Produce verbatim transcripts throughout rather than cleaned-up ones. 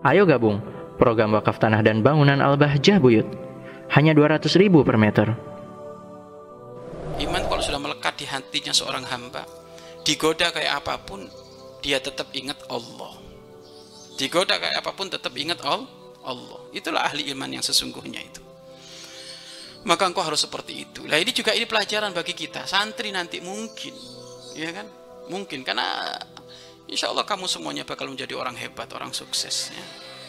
Ayo gabung program wakaf tanah dan bangunan Al-Bahjah Buyut. Hanya dua ratus ribu per meter. Iman kalau sudah melekat di hatinya seorang hamba, digoda kayak apapun, dia tetap ingat Allah. Digoda kayak apapun tetap ingat Allah. Itulah ahli iman yang sesungguhnya itu. Maka engkau harus seperti itu. Nah ini juga ini pelajaran bagi kita. Santri nanti mungkin, ya kan? Mungkin karena insya Allah kamu semuanya bakal menjadi orang hebat, orang sukses. Ya.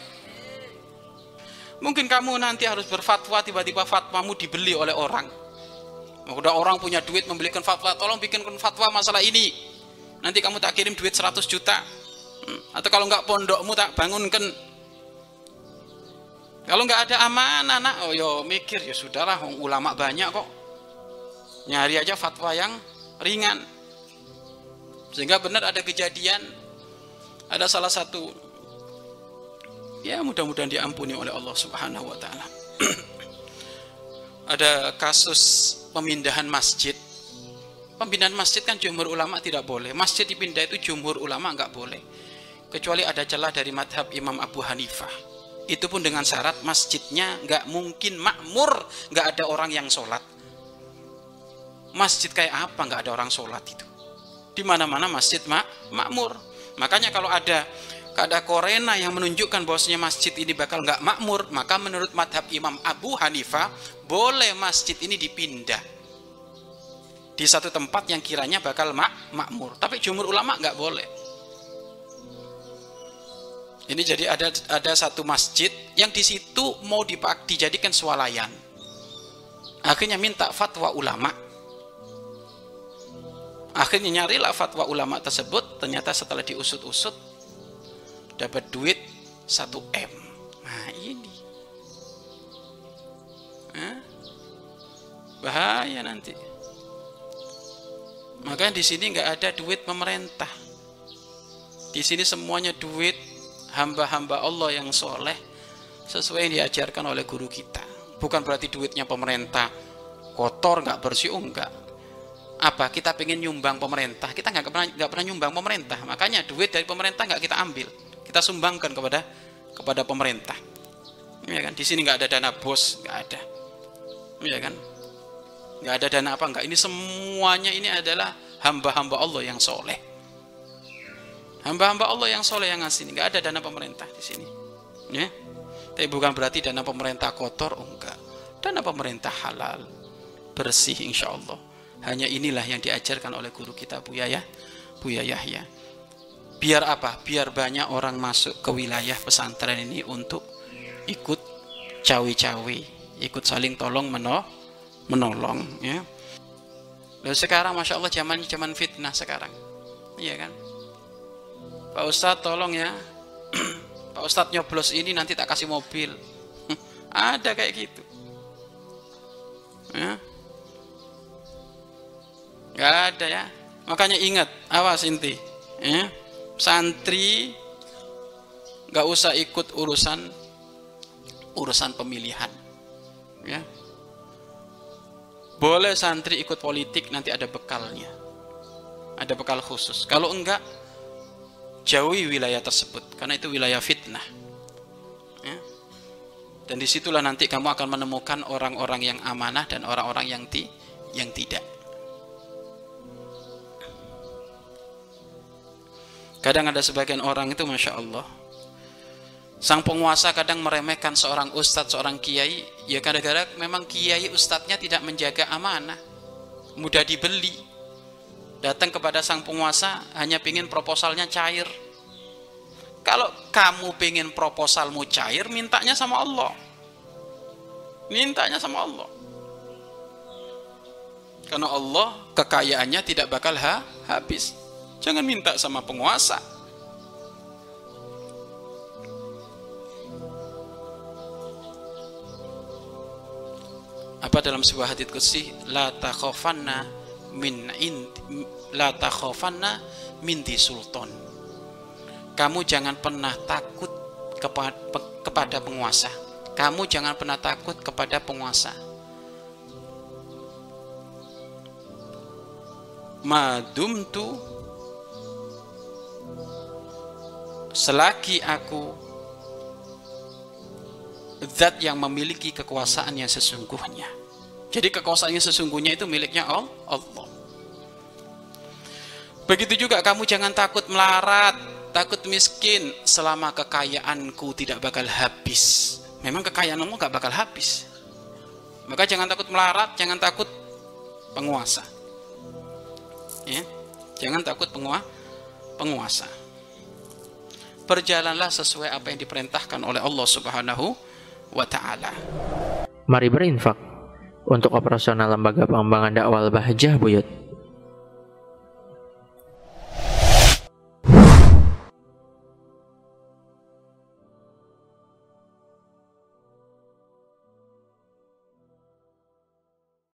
Mungkin kamu nanti harus berfatwa, tiba-tiba fatwamu dibeli oleh orang. Udah orang punya duit membelikan fatwa, tolong bikinkan fatwa masalah ini. Nanti kamu tak kirim duit seratus juta. Atau kalau enggak pondokmu tak bangunkan. Kalau enggak ada amanah, nak, oh yo mikir ya sudahlah, ulama banyak kok. Nyari aja fatwa yang ringan. Sehingga benar ada kejadian, ada salah satu, ya mudah-mudahan diampuni oleh Allah Subhanahu wa Ta'ala. Ada kasus pemindahan masjid. Pemindahan masjid kan jumhur ulama tidak boleh. Masjid dipindah itu jumhur ulama enggak boleh. Kecuali ada celah dari madhab Imam Abu Hanifah. Itu pun dengan syarat masjidnya enggak mungkin makmur, enggak ada orang yang sholat. Masjid kayak apa enggak ada orang sholat itu? Di mana-mana masjid mak makmur. Makanya kalau ada ada korena yang menunjukkan bahwasanya masjid ini bakal nggak makmur, maka menurut madhab Imam Abu Hanifah boleh masjid ini dipindah di satu tempat yang kiranya bakal mak makmur. Tapi jumhur ulama nggak boleh. Ini jadi ada ada satu masjid yang di situ mau dipak dijadikan swalayan. Akhirnya minta fatwa ulama. Akhirnya nyarilah fatwa ulama tersebut, ternyata setelah diusut-usut dapat duit satu M. Nah ini Hah? Bahaya nanti. Makanya di sini nggak ada duit pemerintah. Di sini semuanya duit hamba-hamba Allah yang soleh sesuai yang diajarkan oleh guru kita. Bukan berarti duitnya pemerintah kotor, nggak bersih, oh enggak. Apa kita pengen nyumbang pemerintah, kita nggak pernah nggak pernah nyumbang pemerintah, makanya duit dari pemerintah nggak kita ambil, kita sumbangkan kepada kepada pemerintah, ya kan? Di sini nggak ada dana bos, nggak ada, ya kan? Nggak ada dana apa nggak, ini semuanya ini adalah hamba-hamba Allah yang soleh, hamba-hamba Allah yang soleh yang ngasih, nggak ada dana pemerintah di sini, ya. Tapi bukan berarti dana pemerintah kotor, oh enggak, dana pemerintah halal, bersih insya Allah. Hanya inilah yang diajarkan oleh guru kita Buya ya, Buya Yahya. Biar apa? Biar banyak orang masuk ke wilayah pesantren ini untuk ikut cawi-cawi, ikut saling tolong meno menolong. Ya. Lalu sekarang masya Allah zaman zaman fitnah sekarang, iya kan? Pak Ustadz tolong ya, Pak Ustadz nyoblos ini nanti tak kasih mobil. Ada kayak gitu. Ya. Gak ada ya. Makanya ingat, awas inti ya. Santri gak usah ikut urusan urusan pemilihan ya. Boleh santri ikut politik, nanti ada bekalnya, ada bekal khusus. Kalau enggak, jauhi wilayah tersebut karena itu wilayah fitnah ya. Dan disitulah nanti kamu akan menemukan orang-orang yang amanah dan orang-orang yang ti yang tidak. Kadang ada sebagian orang itu masya Allah, sang penguasa kadang meremehkan seorang ustadz, seorang kiai, ya kadang-kadang memang kiai ustadznya tidak menjaga amanah, mudah dibeli. Datang kepada sang penguasa hanya ingin proposalnya cair. Kalau kamu pengen proposalmu cair, mintanya sama Allah, mintanya sama Allah, karena Allah kekayaannya tidak bakal ha habis. Jangan minta sama penguasa. Apa dalam sebuah hadits qudsi, la takhafanna min in la takhafanna min di sultan. Kamu jangan pernah takut kepada kepada penguasa. Kamu jangan pernah takut kepada penguasa. Madumtu, selagi aku zat yang memiliki kekuasaan yang sesungguhnya. Jadi kekuasaan yang sesungguhnya itu miliknya Allah. Begitu juga kamu jangan takut melarat, takut miskin, selama kekayaanku tidak bakal habis. Memang kekayaanmu gak bakal habis. Maka jangan takut melarat, jangan takut penguasa. Ya, jangan takut pengua, penguasa. Berjalanlah sesuai apa yang diperintahkan oleh Allah Subhanahu wa ta'ala. Mari berinfak untuk operasional lembaga pengembangan dakwah Al-Bahjah Buyut.